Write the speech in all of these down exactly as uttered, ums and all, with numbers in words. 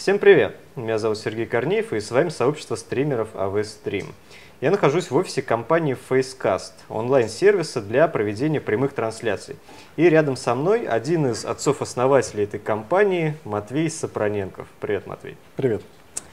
Всем привет! Меня зовут Сергей Корнеев, и с вами сообщество стримеров эй ви Stream. Я нахожусь в офисе компании Facecast, онлайн-сервиса для проведения прямых трансляций. И рядом со мной один из отцов-основателей этой компании, Матвей Сапроненков. Привет, Матвей. Привет.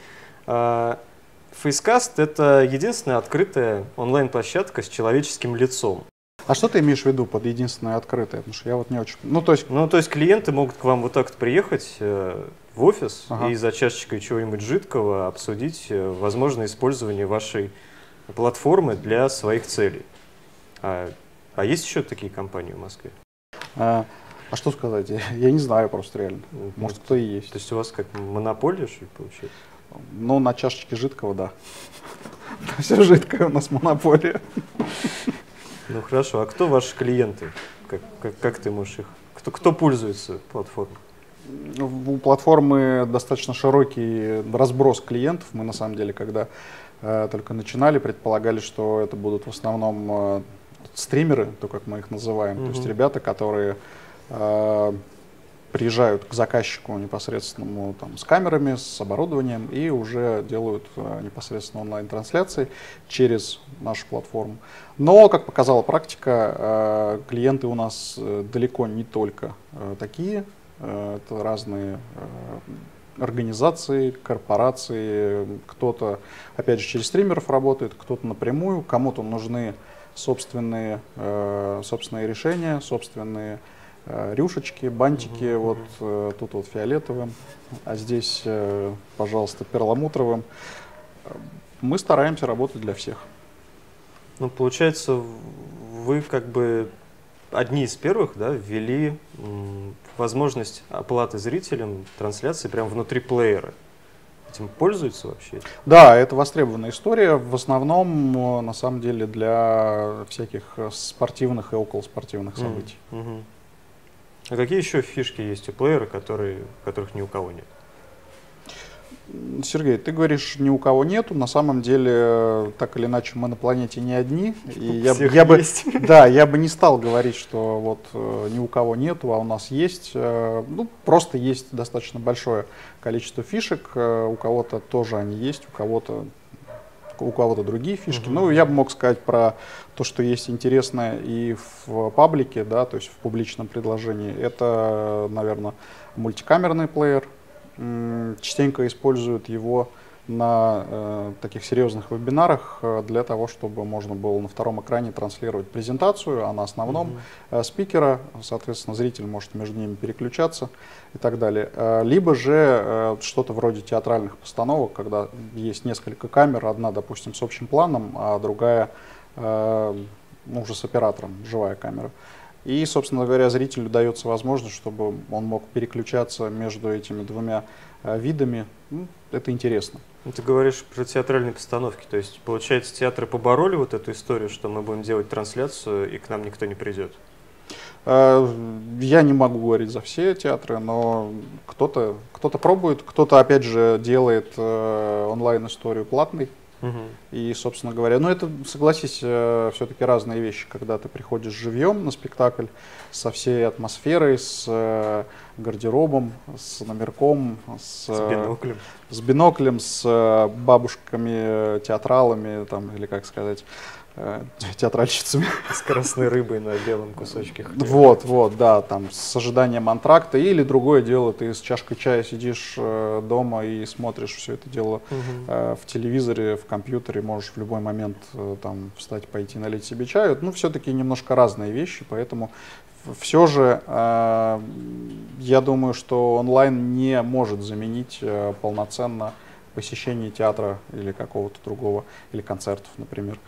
Facecast — это единственная открытая онлайн-площадка с человеческим лицом. А что ты имеешь в виду под единственное открытое? Потому что я вот не очень... Ну, то есть... Ну, то есть клиенты могут к вам вот так вот приехать э, в офис Ага. и за чашечкой чего-нибудь жидкого обсудить э, возможное использование вашей платформы для своих целей. А, а есть еще такие компании в Москве? А, а что сказать? Я, я не знаю просто реально. Может, кто и есть. То есть у вас как монополия, что ли, получается? Ну, на чашечке жидкого, да. Все жидкое у нас монополия. Ну хорошо, а кто ваши клиенты? Как, как, как ты можешь их... Кто, кто пользуется платформой? У платформы достаточно широкий разброс клиентов. Мы, на самом деле, когда э, только начинали, предполагали, что это будут в основном э, стримеры, то, как мы их называем. Mm-hmm. То есть ребята, которые э, приезжают к заказчику непосредственному там, с камерами, с оборудованием и уже делают э, непосредственно онлайн-трансляции через нашу платформу. Но, как показала практика, э, клиенты у нас э, далеко не только э, такие. Э, это разные э, организации, корпорации. Кто-то, опять же, через стримеров работает, кто-то напрямую. Кому-то нужны собственные, э, собственные решения, собственные рюшечки, бантики, mm-hmm. вот э, тут вот фиолетовым, а здесь, э, пожалуйста, перламутровым. Мы стараемся работать для всех. Ну, получается, вы как бы одни из первых, да, ввели м, возможность оплаты зрителям трансляции прямо внутри плеера. Этим пользуются вообще? Да, это востребованная история. В основном, на самом деле, для всяких спортивных и околоспортивных событий. Mm-hmm. А какие еще фишки есть у плеера, которые, которых ни у кого нет? Сергей, ты говоришь, ни у кого нету. На самом деле, так или иначе, мы на планете не одни. И я, я бы, да, я бы не стал говорить, что вот э, ни у кого нету, а у нас есть. Э, ну, просто есть достаточно большое количество фишек. Э, у кого-то тоже они есть, у кого-то у кого-то другие фишки. Uh-huh. Ну, я бы мог сказать про то, что есть интересное и в паблике, да, то есть в публичном предложении. Это, наверное, мультикамерный плеер. Частенько используют его на э, таких серьезных вебинарах э, для того, чтобы можно было на втором экране транслировать презентацию, а на основном uh-huh. э, спикера, соответственно, зритель может между ними переключаться и так далее. Э, либо же э, что-то вроде театральных постановок, когда есть несколько камер, одна, допустим, с общим планом, а другая э, ну, уже с оператором, живая камера. И, собственно говоря, зрителю дается возможность, чтобы он мог переключаться между этими двумя э, видами. Ну, это интересно. Ты говоришь про театральные постановки, то есть, получается, театры побороли вот эту историю, что мы будем делать трансляцию, и к нам никто не придет? Э, я не могу говорить за все театры, но кто-то кто-то пробует, кто-то, опять же, делает э, онлайн-историю платной. Uh-huh. И, собственно говоря, ну это, согласись, э, все-таки разные вещи, когда ты приходишь живьем на спектакль со всей атмосферой, с э, гардеробом, с номерком, с, с биноклем, с, биноклем, с э, бабушками, театралами, там, или как сказать, э, театральщицами. С красной рыбой на белом кусочке хлеба. Вот, вот, да, там, с ожиданием антракта. Или другое дело, ты с чашкой чая сидишь э, дома и смотришь все это дело uh-huh. э, в телевизоре, в компьютере, можешь в любой момент э, там встать, пойти налить себе чаю. Ну, все-таки немножко разные вещи, поэтому все же э, я думаю, что онлайн не может заменить э, полноценно посещение театра или какого-то другого, или концертов, например.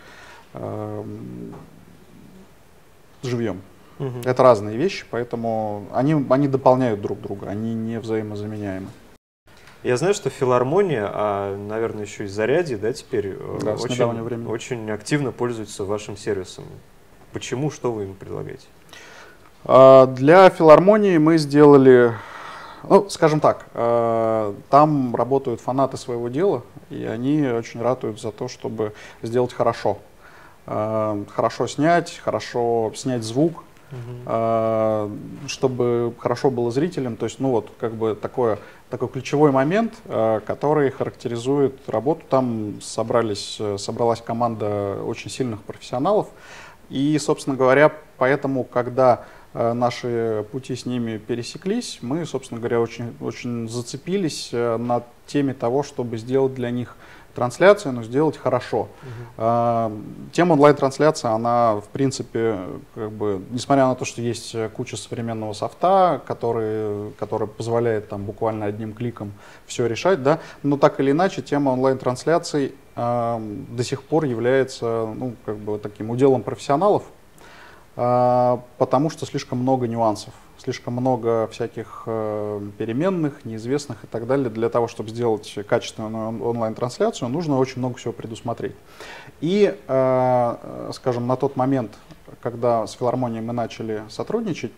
Живьем. Угу. Это разные вещи, поэтому они, они дополняют друг друга, они не взаимозаменяемы. Я знаю, что филармония, а, наверное, еще и Зарядье, да, теперь да, очень, очень активно пользуются вашим сервисом. Почему? Что вы им предлагаете? А, для филармонии мы сделали, ну, скажем так, а, там работают фанаты своего дела, и они очень ратуют за то, чтобы сделать хорошо. Хорошо снять, хорошо снять звук, uh-huh. чтобы хорошо было зрителям. То есть, ну вот, как бы такое такой ключевой момент, который характеризует работу. Там собрались, собралась команда очень сильных профессионалов. И, собственно говоря, поэтому, когда наши пути с ними пересеклись, мы, собственно говоря, очень, очень зацепились на теме того, чтобы сделать для них трансляцию, но сделать хорошо. Uh-huh. Тема онлайн-трансляции, она, в принципе, как бы, несмотря на то, что есть куча современного софта, который, который позволяет там буквально одним кликом все решать, да, но так или иначе, тема онлайн-трансляций э, до сих пор является, ну, как бы, таким уделом профессионалов, э, потому что слишком много нюансов. Слишком много всяких э, переменных, неизвестных и так далее. Для того, чтобы сделать качественную онлайн-трансляцию, нужно очень много всего предусмотреть. И, э, скажем, на тот момент, когда с филармонией мы начали сотрудничать,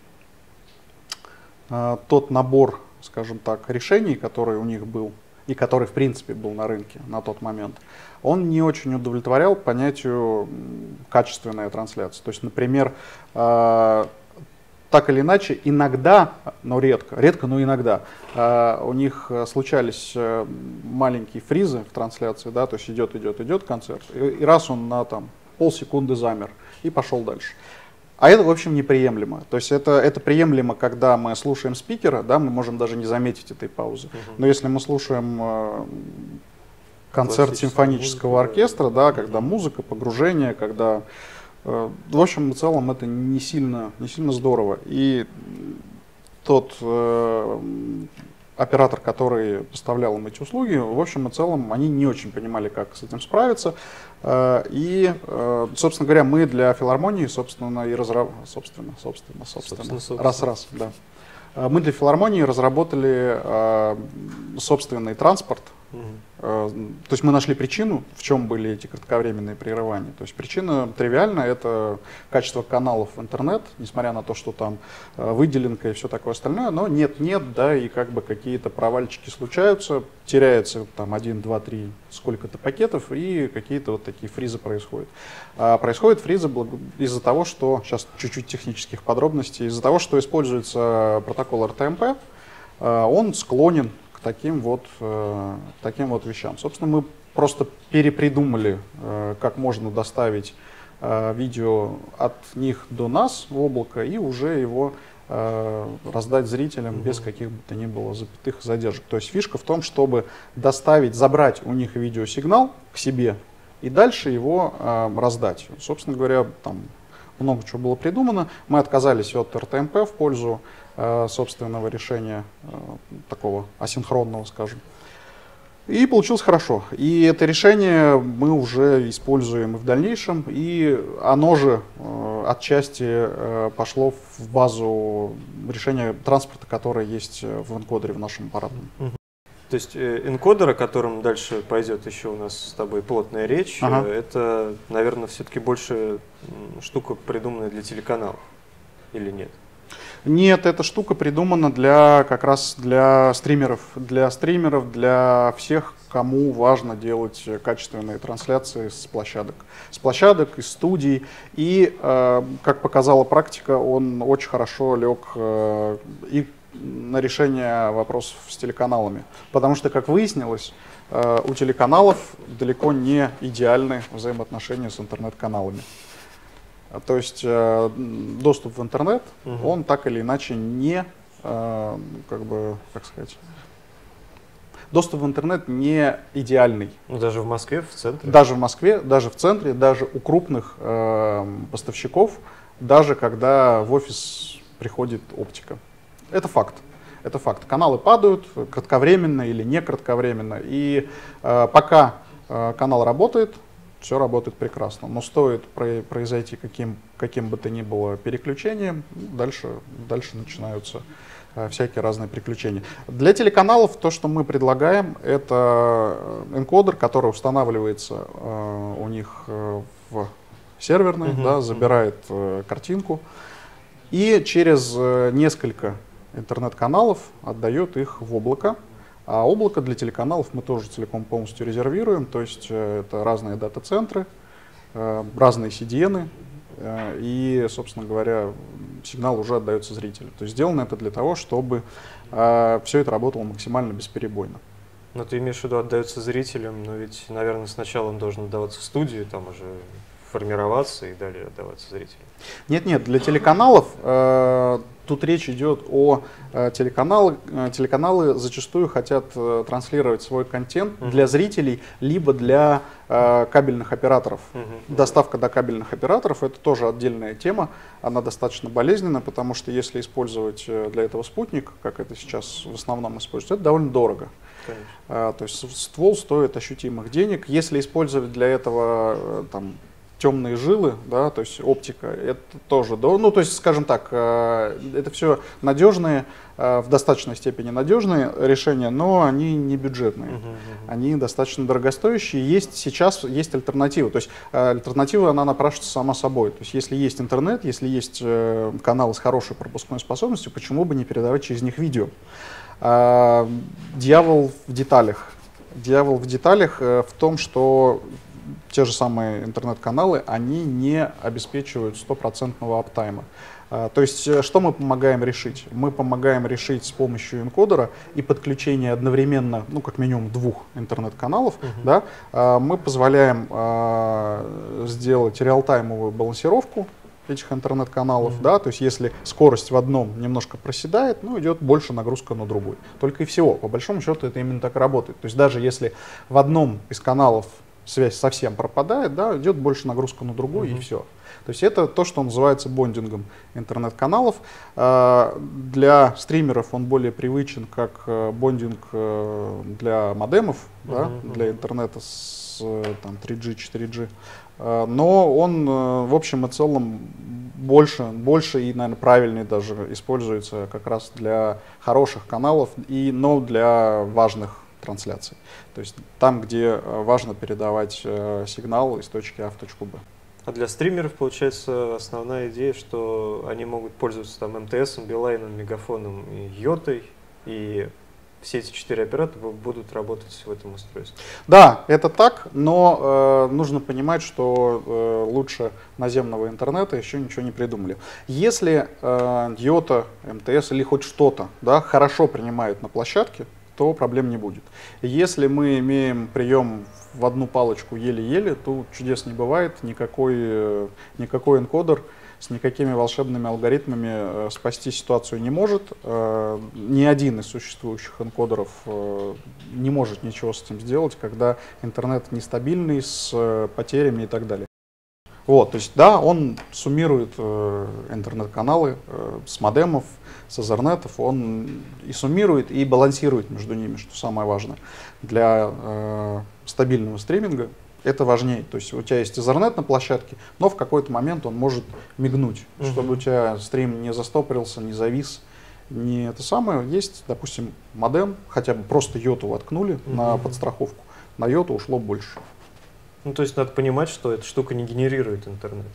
э, тот набор, скажем так, решений, который у них был, и который, в принципе, был на рынке на тот момент, он не очень удовлетворял понятию качественная трансляция. То есть, например, э, так или иначе, иногда, но редко, редко, но иногда, э, у них случались э, маленькие фризы в трансляции, да, то есть идет, идет, идет концерт, и, и раз он на там, полсекунды замер и пошел дальше. А это, в общем, неприемлемо. То есть это, это приемлемо, когда мы слушаем спикера, да, мы можем даже не заметить этой паузы. Uh-huh. Но если мы слушаем э, концерт симфонического музыка, оркестра, да, когда музыка, погружение, когда... В общем и целом это не сильно, не сильно здорово. И тот э, оператор, который поставлял им эти услуги, в общем и целом они не очень понимали, как с этим справиться. Э, и, э, собственно говоря, мы для филармонии, собственно, и разработали, собственно, собственно, собственно, собственно, раз-раз, да. Мы для филармонии разработали э, собственный транспорт. Угу. Э, то есть мы нашли причину, в чем были эти кратковременные прерывания. То есть причина тривиальная, это качество каналов в интернет, несмотря на то, что там э, выделенка и все такое остальное, но нет-нет, да, и как бы какие-то провальчики случаются, теряется там один, два, три, сколько-то пакетов, и какие-то вот такие фризы происходят. А происходят фризы из-за того, что, сейчас чуть-чуть технических подробностей, из-за того, что используется протокол эр тэ эм пэ, э, он склонен таким вот, э, таким вот вещам. Собственно, мы просто перепридумали, э, как можно доставить э, видео от них до нас в облако и уже его э, раздать зрителям mm-hmm. без каких бы то ни было запятых задержек. То есть фишка в том, чтобы доставить, забрать у них видеосигнал к себе и дальше его э, раздать. Собственно говоря, там много чего было придумано. Мы отказались от эр тэ эм пэ в пользу э, собственного решения, э, такого асинхронного, скажем. И получилось хорошо. И это решение мы уже используем и в дальнейшем. И оно же э, отчасти э, пошло в базу решения транспорта, которое есть в энкодере в нашем аппарате. То есть э, энкодер, о котором дальше пойдет еще у нас с тобой плотная речь, ага. э, это, наверное, все-таки больше штука, придуманная для телеканалов, или нет? Нет, эта штука придумана для, как раз для стримеров, для стримеров, для всех, кому важно делать качественные трансляции с площадок. С площадок, из студий. И, э, как показала практика, он очень хорошо лег э, и на решение вопросов с телеканалами. Потому что, как выяснилось, э, у телеканалов далеко не идеальны взаимоотношения с интернет-каналами. То есть э, доступ в интернет, угу. он так или иначе не, э, как бы, как сказать, доступ в интернет не идеальный. Ну, даже в Москве, в центре? Даже в Москве, даже в центре, даже у крупных э, поставщиков, даже когда в офис приходит оптика. Это факт. Это факт. Каналы падают кратковременно или не кратковременно. И э, пока э, канал работает, все работает прекрасно. Но стоит произойти каким, каким бы то ни было переключением, дальше, дальше начинаются э, всякие разные приключения. Для телеканалов то, что мы предлагаем, это энкодер, который устанавливается э, у них э, в серверной, uh-huh. да, забирает э, картинку и через э, несколько интернет-каналов отдает их в облако. А облако для телеканалов мы тоже целиком полностью резервируем, то есть э, это разные дата-центры, э, разные си ди эн, э, и, собственно говоря, сигнал уже отдается зрителю. То есть сделано это для того, чтобы э, все это работало максимально бесперебойно. Но ты имеешь в виду отдается зрителям, но ведь, наверное, сначала он должен отдаваться в студию, там уже формироваться и далее отдаваться зрителям. Нет-нет, для телеканалов э, тут речь идет о э, телеканалах. Э, телеканалы зачастую хотят э, транслировать свой контент uh-huh. для зрителей, либо для э, кабельных операторов. Uh-huh. Доставка до кабельных операторов — это тоже отдельная тема. Она достаточно болезненна, потому что если использовать для этого спутник, как это сейчас в основном используется, это довольно дорого. Uh, то есть ствол стоит ощутимых денег. Если использовать для этого э, там, темные жилы, да, то есть оптика, это тоже, ну, то есть, скажем так, это все надежные, в достаточной степени надежные решения, но они не бюджетные, uh-huh, uh-huh. они достаточно дорогостоящие. Есть сейчас есть альтернатива, то есть альтернатива, она напрашивается сама собой. То есть если есть интернет, если есть каналы с хорошей пропускной способностью, почему бы не передавать через них видео? Дьявол в деталях. Дьявол в деталях в том, что те же самые интернет-каналы, они не обеспечивают стопроцентного аптайма. А, то есть, что мы помогаем решить? Мы помогаем решить с помощью энкодера и подключения одновременно, ну, как минимум, двух интернет-каналов. Uh-huh. Да, а, мы позволяем а, сделать реалтаймовую балансировку этих интернет-каналов. Uh-huh. Да, то есть, если скорость в одном немножко проседает, ну, идет больше нагрузка на другой. Только и всего. По большому счету, это именно так работает. То есть, даже если в одном из каналов связь совсем пропадает, да, идет больше нагрузка на другую, mm-hmm. и все. То есть это то, что называется бондингом интернет-каналов. Для стримеров он более привычен как бондинг для модемов, mm-hmm. да, для интернета с там, три джи, четыре джи. Но он, в общем и целом, больше, больше и, наверное, правильнее даже используется как раз для хороших каналов, и, но для важных трансляций. То есть там, где важно передавать э, сигнал из точки А в точку Б. А для стримеров, получается, основная идея, что они могут пользоваться там эм тэ эсом, Билайном, Мегафоном и Йотой, и все эти четыре оператора будут работать в этом устройстве. Да, это так, но э, нужно понимать, что э, лучше наземного интернета еще ничего не придумали. Если э, Йота, эм тэ эс или хоть что-то, да, хорошо принимают на площадке, то проблем не будет. Если мы имеем прием в одну палочку еле-еле, то чудес не бывает, никакой, никакой энкодер с никакими волшебными алгоритмами спасти ситуацию не может. Ни один из существующих энкодеров не может ничего с этим сделать, когда интернет нестабильный, с потерями и так далее. Вот, то есть, да, он суммирует э, интернет-каналы э, с модемов, с эзернетов, он и суммирует, и балансирует между ними, что самое важное. Для э, стабильного стриминга это важнее. То есть у тебя есть эзернет на площадке, но в какой-то момент он может мигнуть, mm-hmm. чтобы у тебя стрим не застопорился, не завис, не это самое. Есть, допустим, модем, хотя бы просто йоту воткнули mm-hmm. на подстраховку, на йоту ушло больше. Ну, то есть надо понимать, что эта штука не генерирует интернет.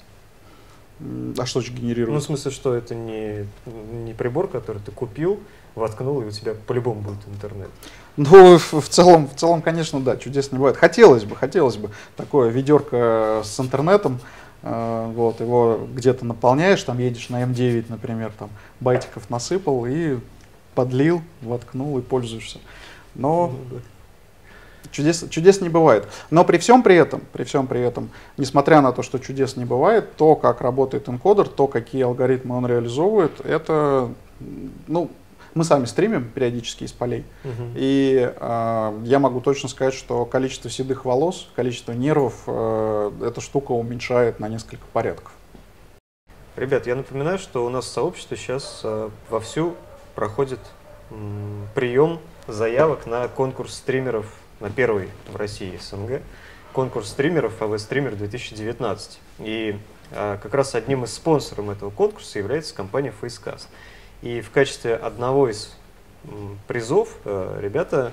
А что же генерирует? Ну, в смысле, что это не, не прибор, который ты купил, воткнул, и у тебя по-любому будет интернет. Ну, в целом, в целом, конечно, да, чудес не бывает. Хотелось бы, хотелось бы такое ведерко с интернетом, э, вот, его где-то наполняешь, там едешь на эм девять, например, там байтиков насыпал и подлил, воткнул и пользуешься. Но... Чудес, чудес не бывает. Но при всем при этом, при всем при этом, несмотря на то, что чудес не бывает, то, как работает энкодер, то, какие алгоритмы он реализовывает, это, ну, мы сами стримим периодически из полей. Uh-huh. И э, я могу точно сказать, что количество седых волос, количество нервов, э, эта штука уменьшает на несколько порядков. Ребят, я напоминаю, что у нас в сообществе сейчас э, вовсю проходит м, прием заявок на конкурс стримеров, на первый в России СНГ, конкурс стримеров эй ви Streamer две тысячи девятнадцать. И а, как раз одним из спонсоров этого конкурса является компания Facecast. И в качестве одного из м, призов а, ребята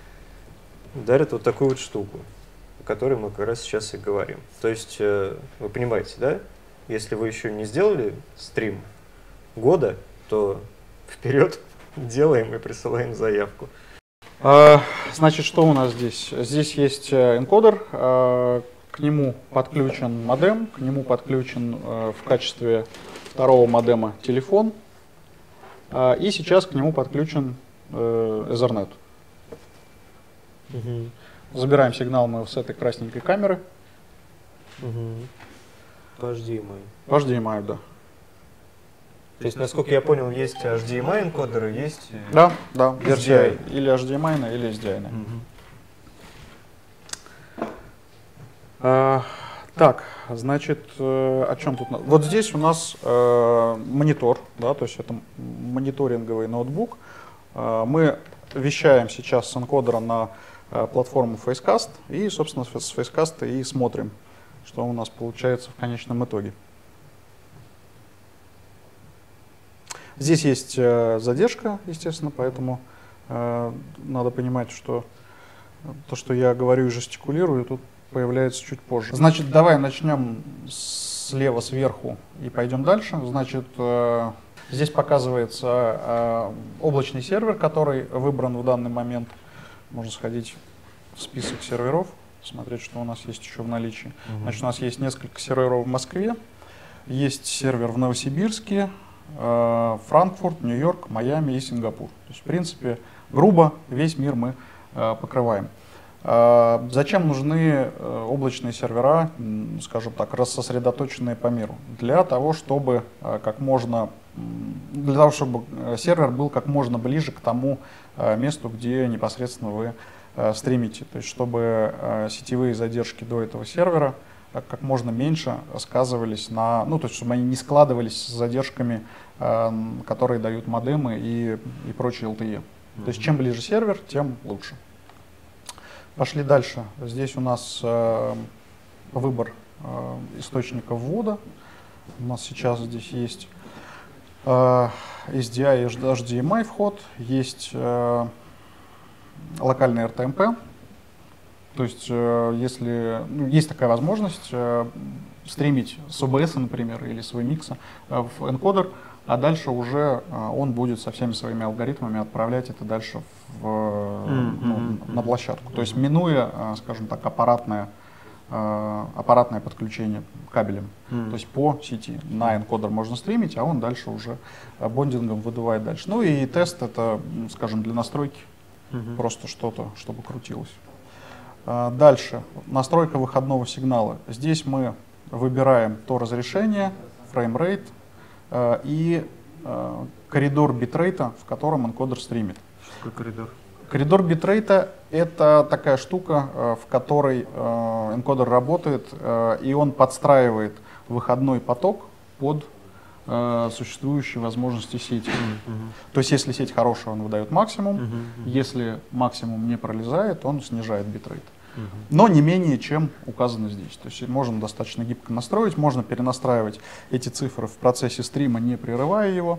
дарят вот такую вот штуку, о которой мы как раз сейчас и говорим. То есть, а, вы понимаете, да? Если вы еще не сделали стрим года, то вперед делаем и присылаем заявку. Значит, что у нас здесь? Здесь есть энкодер, к нему подключен модем, к нему подключен в качестве второго модема телефон, и сейчас к нему подключен Ethernet. Угу. Забираем сигнал мы с этой красненькой камеры. Угу. По эйч ди эм ай. По эйч ди эм ай, да. То есть, насколько я понял, есть эйч ди эм ай энкодеры, есть да, да, версия эс ди ай. или эйч ди эм ай, или эс ди ай. Угу. А, так, значит, о чем тут? Вот здесь у нас э, монитор, да, то есть это мониторинговый ноутбук. Э, мы вещаем сейчас с энкодера на э, платформу Facecast и, собственно, с Facecast и смотрим, что у нас получается в конечном итоге. Здесь есть э, задержка, естественно, поэтому э, надо понимать, что то, что я говорю и жестикулирую, тут появляется чуть позже. Значит, давай начнем слева сверху и пойдем дальше. Значит, э, здесь показывается э, облачный сервер, который выбран в данный момент. Можно сходить в список серверов, смотреть, что у нас есть еще в наличии. Угу. Значит, у нас есть несколько серверов в Москве, есть сервер в Новосибирске, э, Франкфурт, Нью-Йорк, Майами и Сингапур. То есть, в принципе, грубо весь мир мы э, покрываем. Зачем нужны облачные сервера, скажем так, рассосредоточенные по миру? Для того, чтобы как можно, для того, чтобы сервер был как можно ближе к тому месту, где непосредственно вы стримите. То есть, чтобы сетевые задержки до этого сервера как можно меньше сказывались на, ну, то есть, чтобы они не складывались с задержками, которые дают модемы и, и прочие эл ти и. То есть, чем ближе сервер, тем лучше. Пошли дальше. Здесь у нас э, выбор э, источников ввода. У нас сейчас здесь есть э, эс ди ай и эйч ди эм ай вход, есть э, локальный эр ти эм пи. То есть, э, если ну, есть такая возможность э, стримить с о бэ эс, например, или с ви микс э, в энкодер, а дальше уже э, он будет со всеми своими алгоритмами отправлять это дальше в, mm-hmm. ну, на площадку. То есть минуя, э, скажем так, аппаратное, э, аппаратное подключение кабелем. Mm-hmm. То есть по сети на энкодер можно стримить, а он дальше уже бондингом выдувает дальше. Ну и тест это, скажем, для настройки. Mm-hmm. Просто что-то, чтобы крутилось. Э, дальше. Настройка выходного сигнала. Здесь мы выбираем то разрешение, фреймрейт, и э, коридор битрейта, в котором энкодер стримит. Что такое коридор? Коридор битрейта — это такая штука, э, в которой э, энкодер работает, э, и он подстраивает выходной поток под э, существующие возможности сети. Uh-huh. То есть, если сеть хорошая, он выдает максимум, uh-huh. Uh-huh. Если максимум не пролезает, он снижает битрейт. Uh-huh. Но не менее, чем указано здесь. То есть можно достаточно гибко настроить, можно перенастраивать эти цифры в процессе стрима, не прерывая его.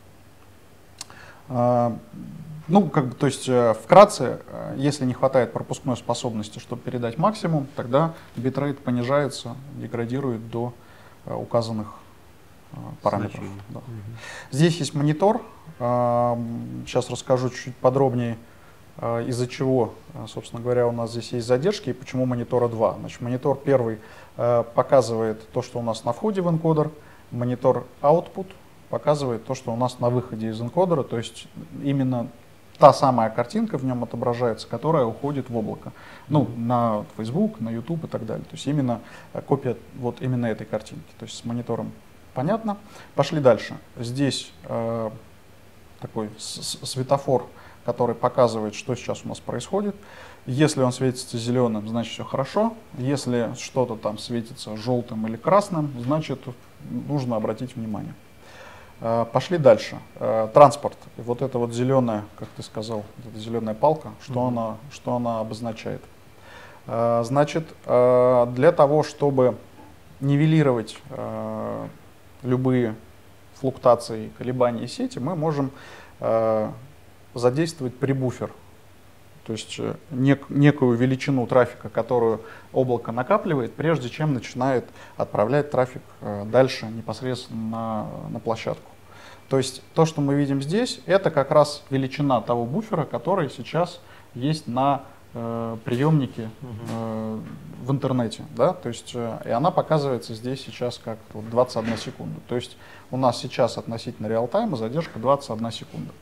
А, ну, как бы, то есть вкратце, если не хватает пропускной способности, чтобы передать максимум, тогда битрейт понижается, деградирует до указанных параметров. Да. Uh-huh. Здесь есть монитор. А, сейчас расскажу чуть подробнее, из-за чего, собственно говоря, у нас здесь есть задержки и почему монитора два. Значит, монитор первый э, показывает то, что у нас на входе в энкодер, монитор output показывает то, что у нас на выходе из энкодера, то есть именно та самая картинка в нем отображается, которая уходит в облако, ну, на Facebook, на YouTube и так далее. То есть именно копия вот именно этой картинки. То есть с монитором понятно. Пошли дальше. Здесь э, такой светофор, который показывает, что сейчас у нас происходит. Если он светится зеленым, значит все хорошо. Если что-то там светится желтым или красным, значит нужно обратить внимание. Пошли дальше. Транспорт. И вот эта вот зеленая, как ты сказал, эта зеленая палка, что, mm-hmm. она, что она обозначает? Значит, для того, чтобы нивелировать любые флуктуации, колебания сети, мы можем задействовать пребуфер, то есть нек, некую величину трафика, которую облако накапливает, прежде чем начинает отправлять трафик э, дальше непосредственно на, на площадку. То есть то, что мы видим здесь, это как раз величина того буфера, который сейчас есть на э, приемнике э, в интернете, да, то есть, и она показывается здесь сейчас как вот двадцать одна секунда. То есть у нас сейчас относительно реал-тайма задержка двадцать одна секунда.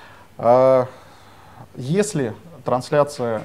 Если трансляция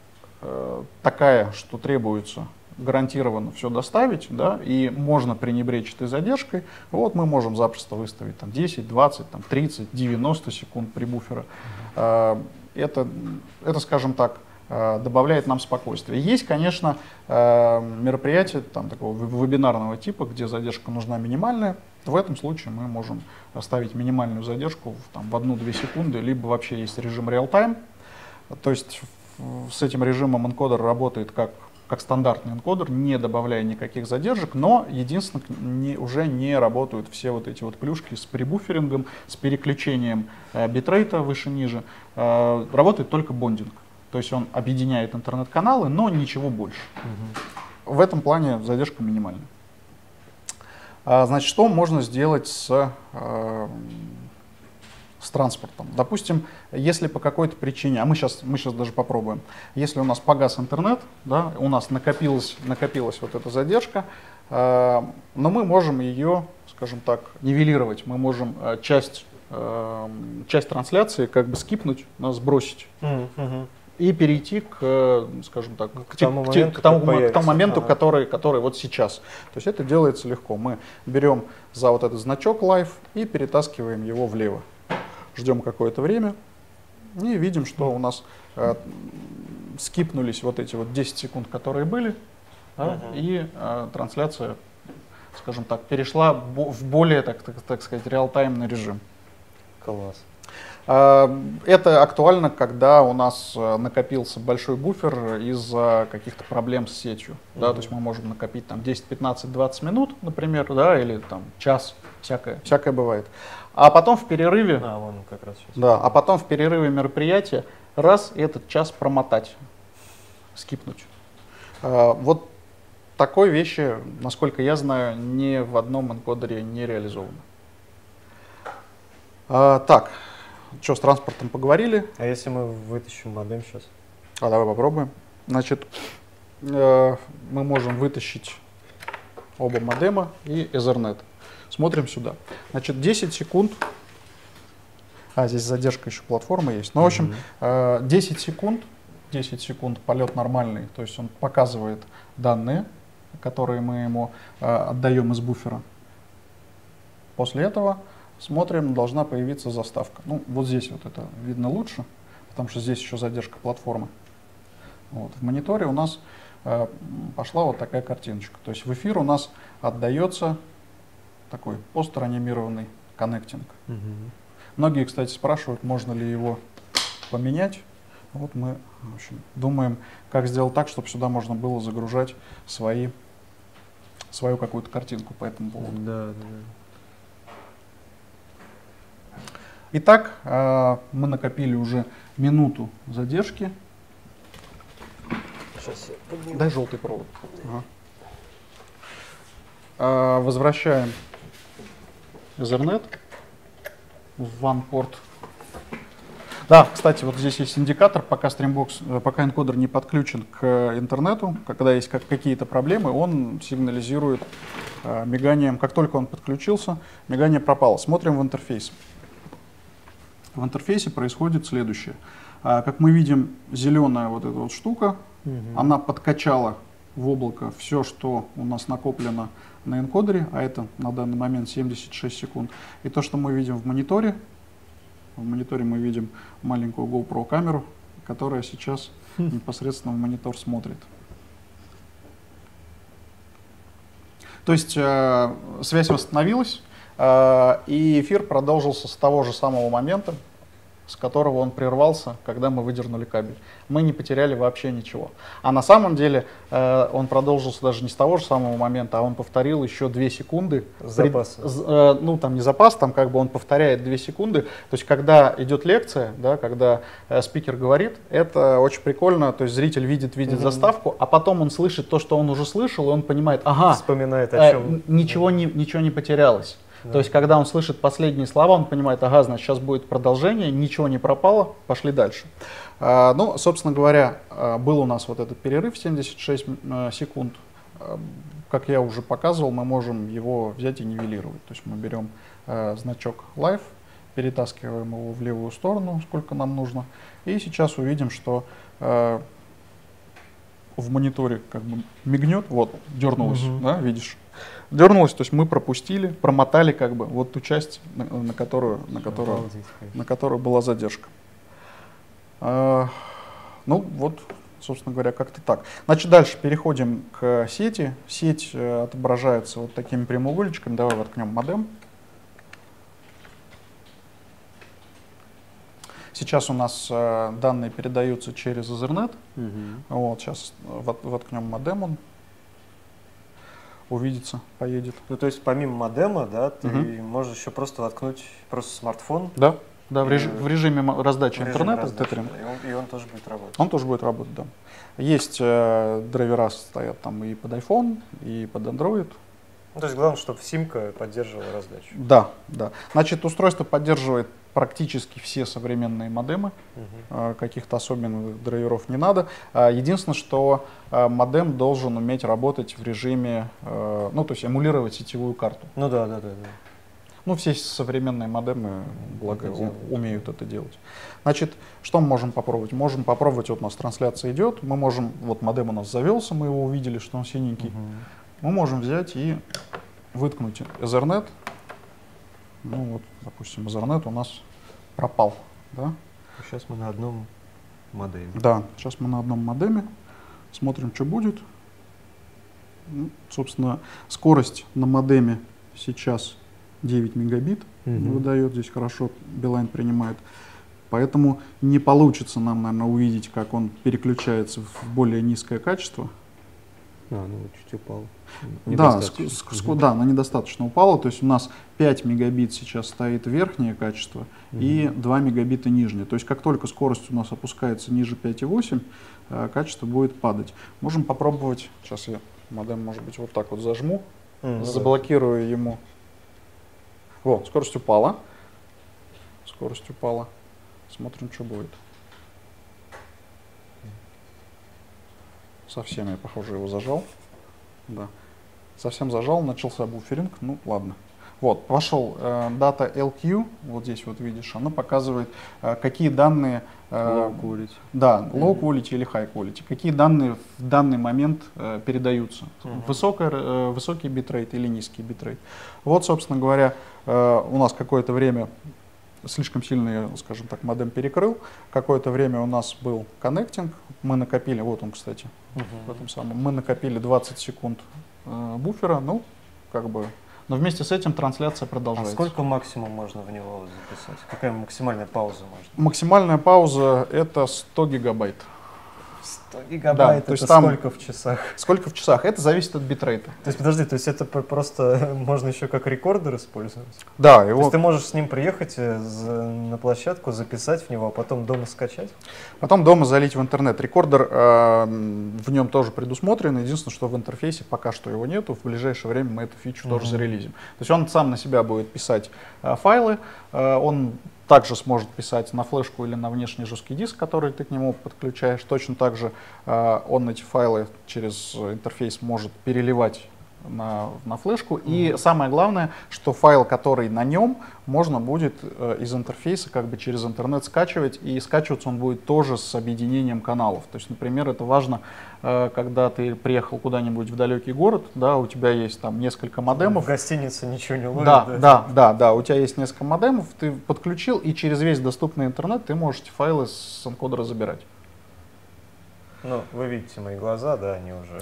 такая, что требуется гарантированно все доставить, да, и можно пренебречь этой задержкой, вот мы можем запросто выставить там, десять, двадцать, там, тридцать, девяносто секунд при буфере. Это, это, скажем так, добавляет нам спокойствие. Есть, конечно, мероприятия там, такого вебинарного типа, где задержка нужна минимальная. В этом случае мы можем ставить минимальную задержку там, в одну-две секунды, либо вообще есть режим real-time. То есть с этим режимом энкодер работает как как стандартный энкодер, не добавляя никаких задержек, но единственное, не, уже не работают все вот эти вот плюшки с пребуферингом, с переключением э, битрейта выше-ниже. Э, работает только бондинг. То есть он объединяет интернет-каналы, но ничего больше. Угу. В этом плане задержка минимальная. А, значит, что можно сделать с, э, с транспортом? Допустим, если по какой-то причине, а мы сейчас, мы сейчас даже попробуем, если у нас погас интернет, да, у нас накопилась, накопилась вот эта задержка, э, но мы можем ее, скажем так, нивелировать, мы можем э, часть, э, часть трансляции как бы скипнуть, сбросить. Mm-hmm. И перейти к, скажем так, к, к тому к, моменту, к тому, к тому моменту ага. который, который вот сейчас. То есть это делается легко. Мы берем за вот этот значок Live и перетаскиваем его влево. Ждем какое-то время и видим, что у нас э, скипнулись вот эти вот десять секунд, которые были, да, ага. и э, трансляция, скажем так, перешла в более, так, так, так сказать, реал-таймный режим. Класс. Это актуально, когда у нас накопился большой буфер из-за каких-то проблем с сетью. Mm-hmm. Да, то есть мы можем накопить там десять, пятнадцать, двадцать минут, например, да, или там час, всякое, всякое бывает. А потом в перерыве, а, вон как раз сейчас. Да, а потом в перерыве мероприятия раз этот час промотать, скипнуть. Вот такой вещи, насколько я знаю, ни в одном энкодере не реализовано. Так. Что, с транспортом поговорили? А если мы вытащим модем сейчас? А давай попробуем. Значит, э, мы можем вытащить оба модема и Ethernet. Смотрим сюда. Значит, десять секунд. А, здесь задержка еще платформы есть. Ну, в общем, э, десять секунд. десять секунд полет нормальный. То есть он показывает данные, которые мы ему э, отдаем из буфера. После этого смотрим, должна появиться заставка. Ну, вот здесь вот это видно лучше, потому что здесь еще задержка платформы. Вот. В мониторе у нас э, пошла вот такая картиночка. То есть в эфир у нас отдается такой постанимированный коннектинг. Угу. Многие, кстати, спрашивают, можно ли его поменять. Вот мы, в общем, думаем, как сделать так, чтобы сюда можно было загружать свои, свою какую-то картинку по этому поводу. Да, да. Итак, мы накопили уже минуту задержки. Сейчас я подниму. Дай желтый провод. Ага. Возвращаем Ethernet в OnePort. Да, кстати, вот здесь есть индикатор, пока Streambox, пока энкодер не подключен к интернету, когда есть какие-то проблемы, он сигнализирует миганием. Как только он подключился, мигание пропало. Смотрим в интерфейс. В интерфейсе происходит следующее. Как мы видим, зеленая вот эта вот штука, угу. она подкачала в облако все, что у нас накоплено на энкодере, а это на данный момент семьдесят шесть секунд. И то, что мы видим в мониторе, в мониторе мы видим маленькую GoPro камеру, которая сейчас хм. непосредственно в монитор смотрит. То есть э, связь восстановилась. И эфир продолжился с того же самого момента, с которого он прервался, когда мы выдернули кабель. Мы не потеряли вообще ничего. А на самом деле он продолжился даже не с того же самого момента, а он повторил еще две секунды. Запас. Ну, там не запас, там как бы он повторяет две секунды. То есть, когда идет лекция, да, когда спикер говорит, это очень прикольно. То есть, зритель видит, видит mm-hmm. заставку, а потом он слышит то, что он уже слышал, и он понимает, ага, вспоминает, о чем. Ничего не, ничего не потерялось. Да. То есть, когда он слышит последние слова, он понимает, ага, значит, сейчас будет продолжение, ничего не пропало, пошли дальше. А, ну, собственно говоря, был у нас вот этот перерыв семьдесят шесть секунд. Как я уже показывал, мы можем его взять и нивелировать. То есть мы берем э, значок Live, перетаскиваем его в левую сторону, сколько нам нужно. И сейчас увидим, что э, в мониторе как бы мигнет, вот, дернулось, угу. да, видишь? Дернулось, то есть мы пропустили, промотали как бы вот ту часть, на, на, которую, на, которую, на которую была задержка. Э, ну вот, собственно говоря, как-то так. Значит, дальше переходим к сети. Сеть э, отображается вот такими прямоугольничками. Давай воткнем модем. Сейчас у нас э, данные передаются через Ethernet. Угу. Вот, сейчас воткнем модем, он увидится, поедет. Ну, то есть помимо модема, да, ты угу. можешь еще просто воткнуть просто смартфон. Да. Да, в, реж, в режиме раздачи в интернета. Раздачи, да, и, он, и он тоже будет работать. Он тоже будет работать, да. Есть э, драйвера, стоят там и под iPhone, и под Android. Ну, то есть главное, чтобы симка поддерживала раздачу. Да, да. Значит, устройство поддерживает практически все современные модемы. Угу. Э, каких-то особенных драйверов не надо. Э, единственное, что э, модем должен уметь работать в режиме, э, ну, то есть эмулировать сетевую карту. Ну да, да, да. да. Ну, все современные модемы, благо, это умеют это делать. Значит, что мы можем попробовать? Можем попробовать, вот у нас трансляция идет, мы можем, вот модем у нас завелся, мы его увидели, что он синенький. Угу. Мы можем взять и выткнуть Ethernet. Ну вот, допустим, Ethernet у нас пропал. Да? Сейчас мы на одном модеме. Да, сейчас мы на одном модеме. Смотрим, что будет. Ну, собственно, скорость на модеме сейчас девять мегабит угу. выдает, здесь хорошо Билайн принимает. Поэтому не получится нам, наверное, увидеть, как он переключается в более низкое качество. А, ну чуть упало. Да, угу. да, она недостаточно упала. То есть у нас пять мегабит сейчас стоит верхнее качество угу. и два мегабита нижнее. То есть как только скорость у нас опускается ниже пять и восемь, качество будет падать. Можем попробовать, сейчас я модем, может быть, вот так вот зажму, угу. заблокирую ему. Вот, скорость упала. Скорость упала. Смотрим, что будет. Совсем я, похоже, его зажал. Да. Совсем зажал, начался буферинг. Ну, ладно. Вот, пошел э, дата эл кью, вот здесь вот видишь, оно показывает, э, какие данные... Э, low quality. Да, low quality или high quality. Какие данные в данный момент э, передаются. Uh-huh. Высокая, э, высокий битрейт или низкий битрейт. Вот, собственно говоря, э, у нас какое-то время слишком сильный, скажем так, модем перекрыл. Какое-то время у нас был коннектинг. Мы накопили, вот он, кстати, uh-huh. в этом самом, мы накопили двадцать секунд э, буфера, ну, как бы... Но вместе с этим трансляция продолжается. А сколько максимум можно в него записать? Какая максимальная пауза можно? Максимальная пауза это сто гигабайт. сто гигабайт, да, это там сколько в часах? Сколько в часах? Это зависит от битрейта. То есть, подожди, то есть это просто можно еще как рекордер использовать? Да. То его... есть ты можешь с ним приехать на площадку, записать в него, а потом дома скачать? Потом дома залить в интернет. Рекордер э, в нем тоже предусмотрен. Единственное, что в интерфейсе пока что его нету. В ближайшее время мы эту фичу mm-hmm. тоже зарелизим. То есть он сам на себя будет писать э, файлы. Э, он также сможет писать на флешку или на внешний жесткий диск, который ты к нему подключаешь. Точно так же э, он эти файлы через интерфейс может переливать на, на флешку. Mm-hmm. И самое главное, что файл, который на нем, можно будет э, из интерфейса как бы через интернет скачивать. И скачиваться он будет тоже с объединением каналов. То есть, например, это важно, э, когда ты приехал куда-нибудь в далекий город, да, у тебя есть там несколько модемов. В гостинице ничего не ловит. Да, да, да, да, да, у тебя есть несколько модемов, ты подключил, и через весь доступный интернет ты можешь эти файлы с энкодера забирать. Ну, вы видите мои глаза, да, они уже...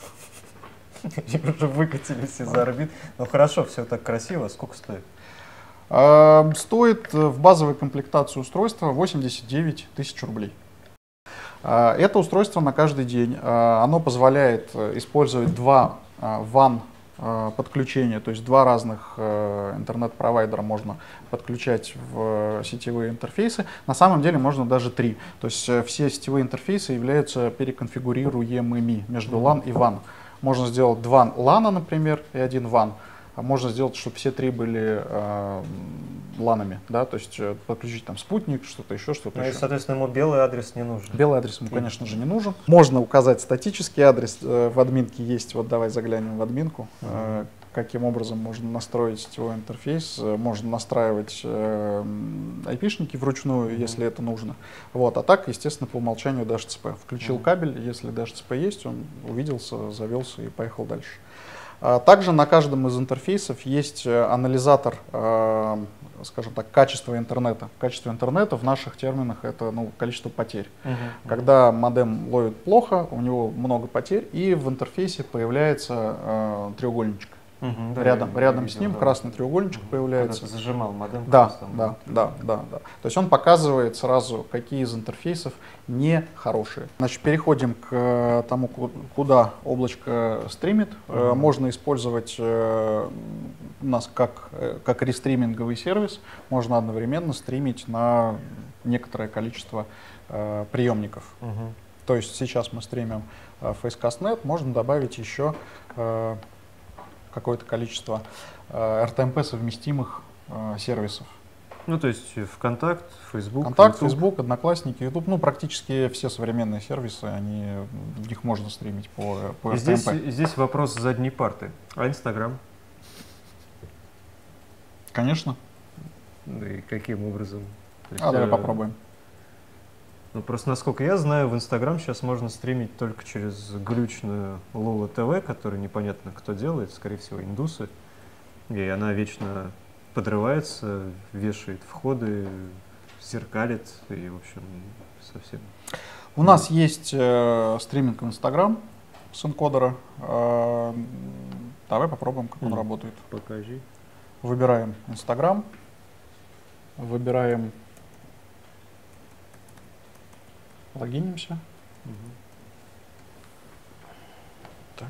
уже выкатились из орбит. Ну хорошо, все так красиво. Сколько стоит? А, стоит в базовой комплектации устройства восемьдесят девять тысяч рублей. А, это устройство на каждый день. А, оно позволяет использовать два ван подключения, то есть два разных интернет-провайдера можно подключать в сетевые интерфейсы. На самом деле можно даже три. То есть все сетевые интерфейсы являются переконфигурируемыми между лан и ван. Можно сделать два лана, например, и один ван. можно сделать, чтобы все три были э, ланами, да, то есть подключить там спутник, что-то еще, что-то ну, еще. И, соответственно, ему белый адрес не нужен. Белый адрес ему, конечно же, не нужен. Можно указать статический адрес, э, в админке есть, вот давай заглянем в админку. Э, каким образом можно настроить сетевой интерфейс, можно настраивать э, айпишники вручную, mm-hmm. если это нужно. Вот. А так, естественно, по умолчанию ди эйч си пи. Включил mm-hmm. кабель, если ди эйч си пи есть, он увиделся, завелся и поехал дальше. А также на каждом из интерфейсов есть анализатор, э, скажем так, качества интернета. Качество интернета в наших терминах это ну, количество потерь. Uh-huh. Когда модем ловит плохо, у него много потерь, и в интерфейсе появляется э, треугольничек. Угу, да, рядом я, рядом я с ним видел, красный да. треугольничек угу. появляется. Когда ты зажимал модем. Да, да, да, да, да. То есть он показывает сразу, какие из интерфейсов нехорошие. Значит, переходим к тому, куда облачко стримит. Угу. Можно использовать у нас как, как рестриминговый сервис. Можно одновременно стримить на некоторое количество э, приемников. Угу. То есть сейчас мы стримим Facecast точка нет, можно добавить еще э, какое-то количество э, эр ти эм пи совместимых э, сервисов. Ну, то есть ВКонтакт, Facebook, Контакт, Facebook, Одноклассники, YouTube, ну, практически все современные сервисы, они, в них можно стримить по, по эр ти эм пи. Здесь, здесь вопрос задней парты. А Инстаграм? Конечно. Да и каким образом? То есть, а, давай попробуем. Ну, просто, насколько я знаю, в Инстаграм сейчас можно стримить только через глючную Лола ТВ, которую непонятно кто делает, скорее всего, индусы. И она вечно подрывается, вешает входы, зеркалит и, в общем, совсем... У ну. нас есть э, стриминг в Инстаграм с энкодера. Э, давай попробуем, как mm. он работает. Покажи. Выбираем Инстаграм, выбираем... Логинимся. Угу. Так.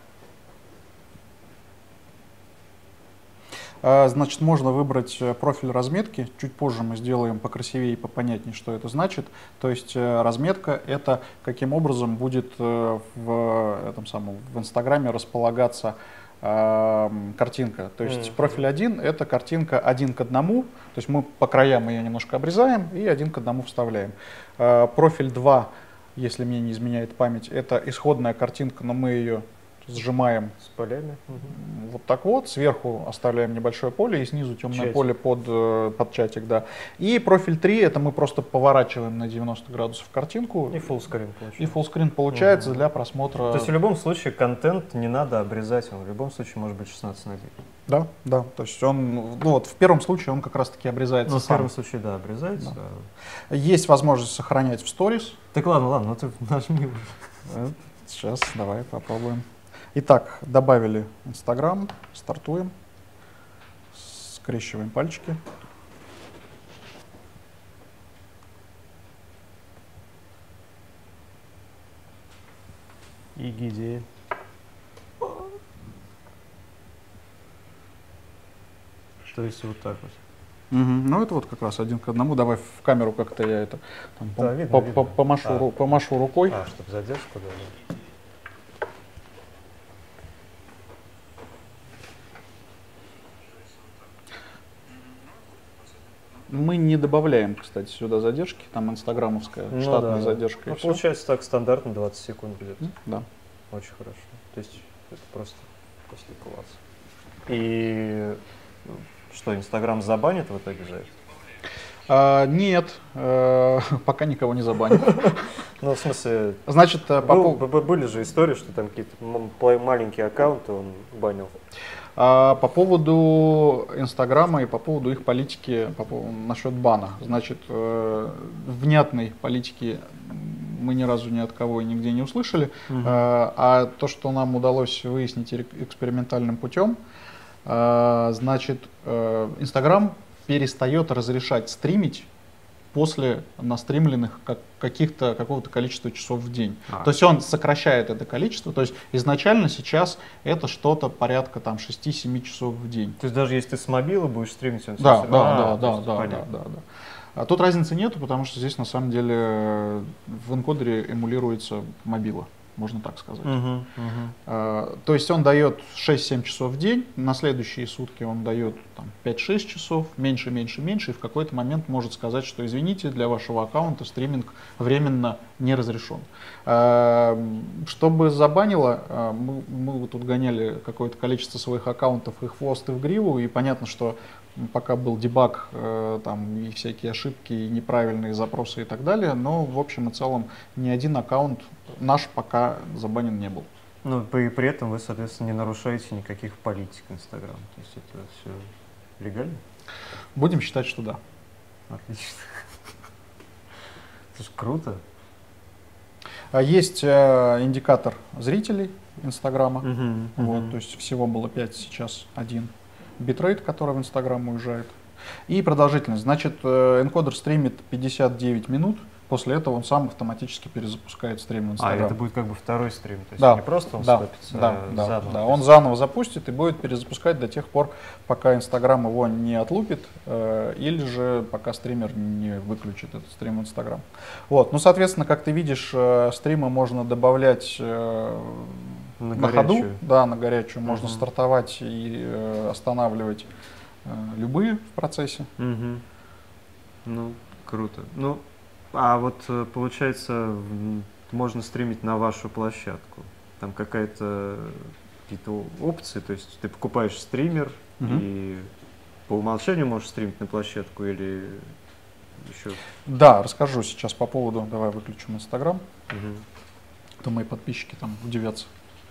А, значит, можно выбрать профиль разметки. Чуть позже мы сделаем покрасивее и попонятнее, что это значит. То есть разметка — это каким образом будет в этом самом в Инстаграме располагаться э, картинка. То есть mm-hmm. профиль один — это картинка один к одному. То есть мы по краям ее немножко обрезаем и один к одному вставляем. Э, профиль два, если мне не изменяет память, это исходная картинка, но мы ее сжимаем с полями. Угу. Вот так вот. Сверху оставляем небольшое поле и снизу темное чатик. поле под, под чатик. Да. И профиль три — это мы просто поворачиваем на девяносто градусов картинку. И фуллскрин получается. И фуллскрин получается угу. для просмотра. То есть в любом случае контент не надо обрезать, он в любом случае может быть шестнадцать на девять. Да, да. То есть он, ну вот в первом случае он как раз таки обрезается. Ну, сам. в первом случае, да, обрезается. Да. Есть возможность сохранять в сторис. Так ладно, ладно, ну ты нажми уже. Сейчас давай попробуем. Итак, добавили Инстаграм, стартуем, скрещиваем пальчики. И гидея. То есть вот так вот. Угу. Ну это вот как раз один к одному. Давай в камеру как-то я это там, да, по, видно, по, видно. По, помашу, а. ру, помашу рукой. А, чтобы задержку дали. Мы не добавляем, кстати, сюда задержки, там инстаграмовская ну, штатная да, задержка. Ну, получается так стандартно двадцать секунд будет. Да. Очень хорошо. То есть это просто после класса. И что, Инстаграм забанит в итоге за это? А, нет, э, пока никого не забанит. Ну, в смысле, значит, был, по... были же истории, что там какие-то маленькие аккаунты он банил. А по поводу Инстаграма и по поводу их политики по поводу, насчет бана. Значит, э, внятной политики мы ни разу ни от кого и нигде не услышали. Угу. А, а то, что нам удалось выяснить экспериментальным путем, э, значит, Инстаграм э, перестает разрешать стримить после настримленных как, каких-то, какого-то количества часов в день. А. То есть он сокращает это количество. То есть изначально сейчас это что-то порядка там шести-семи часов в день. То есть даже если ты с мобила будешь стримить, он да, да, да, да, да, да, да, да. А тут разницы нету, потому что здесь на самом деле в энкодере эмулируется мобила. можно так сказать. Uh-huh, uh-huh. То есть он дает шесть-семь часов в день, на следующие сутки он дает там, пять-шесть часов, меньше, меньше, меньше, и в какой-то момент может сказать, что извините, для вашего аккаунта стриминг временно не разрешен. Чтобы забанило, мы, мы тут гоняли какое-то количество своих аккаунтов, их в хвост и в гриву, и понятно, что пока был дебаг, там и всякие ошибки, и неправильные запросы и так далее, но в общем и целом ни один аккаунт наш пока забанен не был. Ну, при, при этом вы, соответственно, не нарушаете никаких политик Инстаграм, то есть это все легально? Будем считать, что да. Отлично. Это же круто. Есть индикатор зрителей Инстаграма, uh-huh, вот, uh-huh. то есть всего было пять, сейчас один. Битрейт, который в Инстаграм уезжает. И продолжительность. Значит, энкодер стримит пятьдесят девять минут, после этого он сам автоматически перезапускает стрим в Инстаграм. А, это будет как бы второй стрим, то есть да, не просто он да, скопится, да, а да, заново. да. Он заново запустит и будет перезапускать до тех пор, пока Инстаграм его не отлупит, э, или же пока стример не выключит этот стрим в Инстаграм. Вот. Ну, соответственно, как ты видишь, э, стримы можно добавлять э, на, на ходу, да, на горячую, угу. можно стартовать и э, останавливать э, любые в процессе. Угу. Ну, круто. Ну, а вот получается, можно стримить на вашу площадку. Там какая-то какие-то опции, то есть ты покупаешь стример угу. и по умолчанию можешь стримить на площадку или еще? Да, расскажу сейчас по поводу, давай выключим Инстаграм, угу. то мои подписчики там удивятся.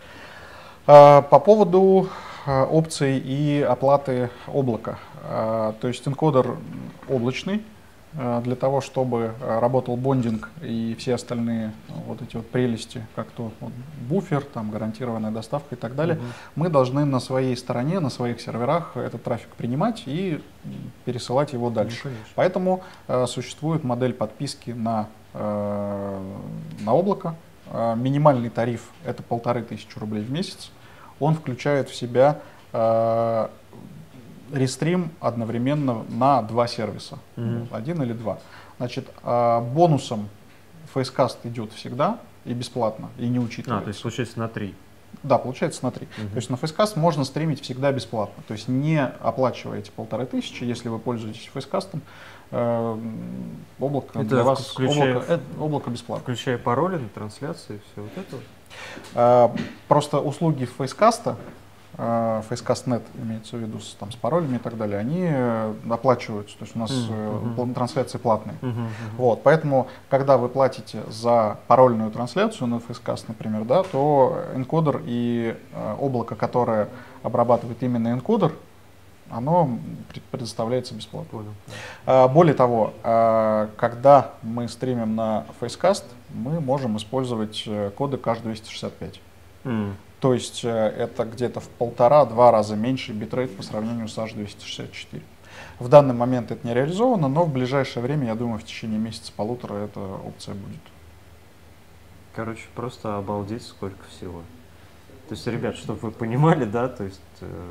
По поводу опций и оплаты облака. То есть энкодер облачный, для того, чтобы работал бондинг и все остальные вот эти вот прелести, как то вот буфер, там гарантированная доставка и так далее, угу. мы должны на своей стороне, на своих серверах этот трафик принимать и пересылать его дальше. Ну, поэтому э, существует модель подписки на, э, на облако. Минимальный тариф — это полторы тысячи рублей в месяц. Он включает в себя э, рестрим одновременно на два сервиса, mm-hmm. один или два. Значит, э, бонусом Facecast идет всегда и бесплатно, и не учитывается. А, то есть получается на три. Да, получается на три. Mm-hmm. То есть на Facecast можно стримить всегда бесплатно. То есть не оплачивая эти полторы тысячи, если вы пользуетесь Facecast, э, облако это для вас включая, облако, э, облако бесплатно. Включая пароли на трансляции, все вот это? Э, просто услуги Facecast, Facecast точка нет имеется в виду с, там, с паролями и так далее, они оплачиваются, то есть у нас uh-huh. uh-huh. трансляции платные. Uh-huh. Uh-huh. Вот, поэтому, когда вы платите за парольную трансляцию на Facecast, например, да, то энкодер и э, облако, которое обрабатывает именно энкодер, оно предоставляется бесплатно. Uh-huh. Более того, когда мы стримим на Facecast, мы можем использовать кодек эйч двести шестьдесят пять. Uh-huh. То есть это где-то в полтора-два раза меньше битрейт по сравнению с эйч двести шестьдесят четыре. В данный момент это не реализовано, но в ближайшее время, я думаю, в течение месяца-полутора эта опция будет. Короче, просто обалдеть сколько всего. То есть, ребят, чтобы вы понимали, да, то есть э,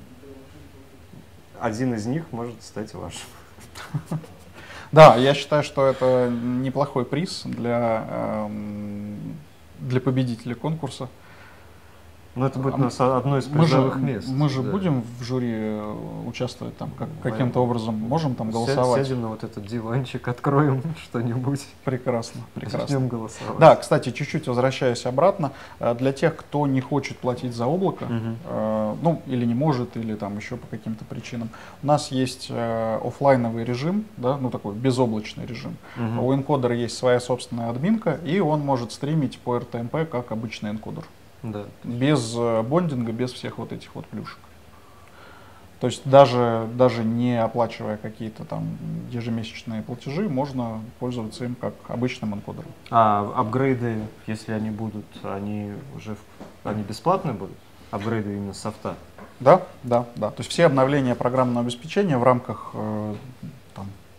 один из них может стать вашим. Да, я считаю, что это неплохой приз для, для победителя конкурса. Ну, это будет у нас одно из призовых мы же, мест. Мы же да. будем в жюри участвовать там как, каким-то образом, можем там голосовать. Сядем на вот этот диванчик, откроем что-нибудь. Прекрасно, прекрасно. Начнем голосовать. Да, кстати, чуть-чуть возвращаясь обратно, для тех, кто не хочет платить за облако, угу. э, ну, или не может, или там еще по каким-то причинам, у нас есть э, офлайновый режим, да, ну, такой безоблачный режим. Угу. У энкодера есть своя собственная админка, и он может стримить по эр тэ эм пэ как обычный энкодер. Да. Без бондинга, без всех вот этих вот плюшек. То есть даже, даже не оплачивая какие-то там ежемесячные платежи, можно пользоваться им как обычным энкодером. А апгрейды, если они будут, они уже они бесплатные будут? Апгрейды именно софта? Да, да, да. То есть все обновления программного обеспечения в рамках э, там,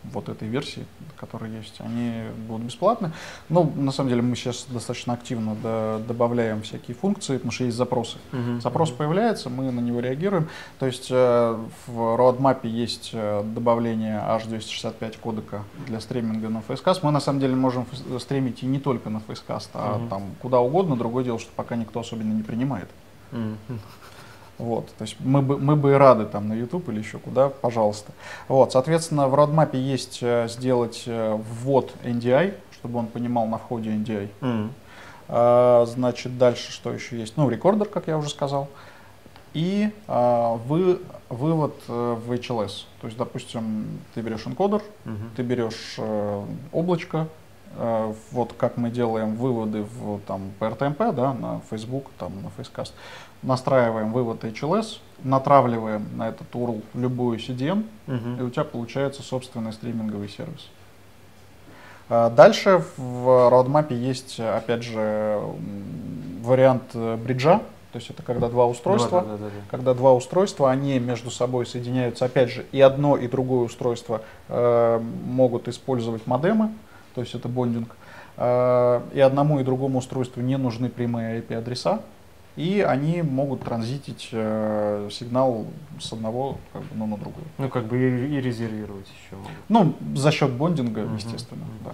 вот этой версии, которая есть, они будут бесплатны. Ну, на самом деле, мы сейчас достаточно активно до, добавляем всякие функции, потому что есть запросы. Uh-huh. Запрос uh-huh. появляется, мы на него реагируем. То есть э, в Roadmap есть добавление эйч двести шестьдесят пять кодека для стриминга на Facecast. Мы, на самом деле, можем стримить и не только на Facecast, а uh-huh. там куда угодно. Другое дело, что пока никто особенно не принимает. Uh-huh. Вот, то есть мы бы, мы бы и рады там на YouTube или еще куда, пожалуйста. Вот, соответственно, в Roadmap есть э, сделать э, ввод эн ди ай, чтобы он понимал на входе эн ди ай. Mm. А, значит, дальше что еще есть? Ну, рекордер, как я уже сказал. И а, вы, вывод э, в эйч эл эс. То есть, допустим, ты берешь энкодер, mm-hmm. ты берешь э, облачко, э, вот как мы делаем выводы в там, пи ар ти эм пи, да, на Facebook, там, на Facecast. Настраиваем вывод эйч эл эс, натравливаем на этот ю ар эл любую си ди эм, uh-huh. и у тебя получается собственный стриминговый сервис. Дальше в Roadmap есть, опять же, вариант бриджа, то есть это когда два устройства, да, да, да, да. когда два устройства, они между собой соединяются, опять же, и одно, и другое устройство э, могут использовать модемы, то есть это бондинг, э, и одному и другому устройству не нужны прямые ай пи-адреса. И они могут транзитить э, сигнал с одного как бы, ну, на другой. Ну, как бы и, и резервировать еще могут. Ну, за счет бондинга, uh-huh. естественно, uh-huh.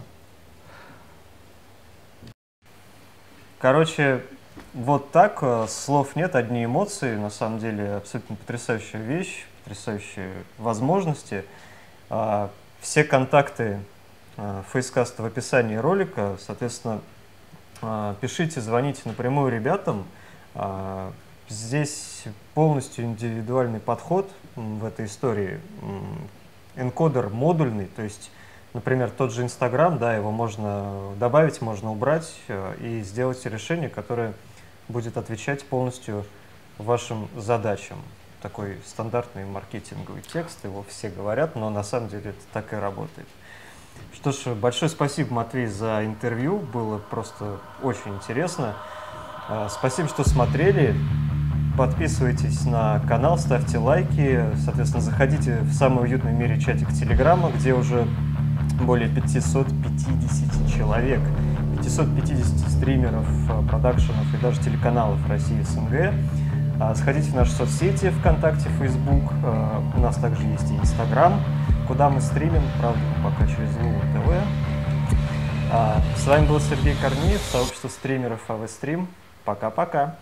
да. Короче, вот так, слов нет, одни эмоции. На самом деле, абсолютно потрясающая вещь, потрясающие возможности. Все контакты Facecast в описании ролика, соответственно, пишите, звоните напрямую ребятам. Здесь полностью индивидуальный подход в этой истории. Энкодер модульный, то есть, например, тот же Инстаграм, да, его можно добавить, можно убрать и сделать решение, которое будет отвечать полностью вашим задачам. Такой стандартный маркетинговый текст, его все говорят, но на самом деле это так и работает. Что ж, большое спасибо, Матвей, за интервью, было просто очень интересно. Спасибо, что смотрели. Подписывайтесь на канал, ставьте лайки. Соответственно, заходите в самый уютный в мире чатик Телеграма, где уже более пятисот пятидесяти человек, пятьсот пятьдесят стримеров, продакшенов и даже телеканалов России и эс эн гэ. Сходите в наши соцсети, ВКонтакте, Фейсбук. У нас также есть и Инстаграм, куда мы стримим, правда, пока через Лулу ТВ. С вами был Сергей Корнеев, сообщество стримеров эй ви Стрим. Пока-пока.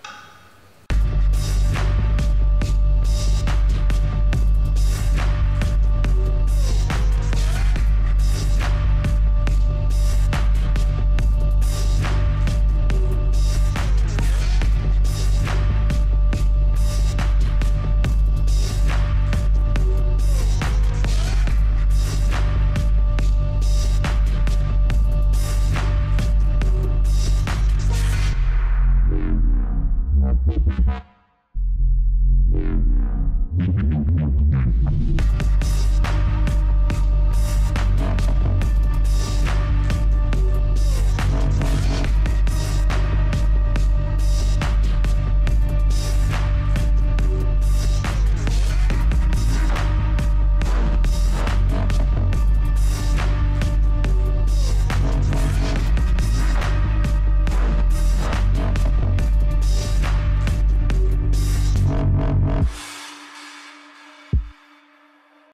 We'll be right back.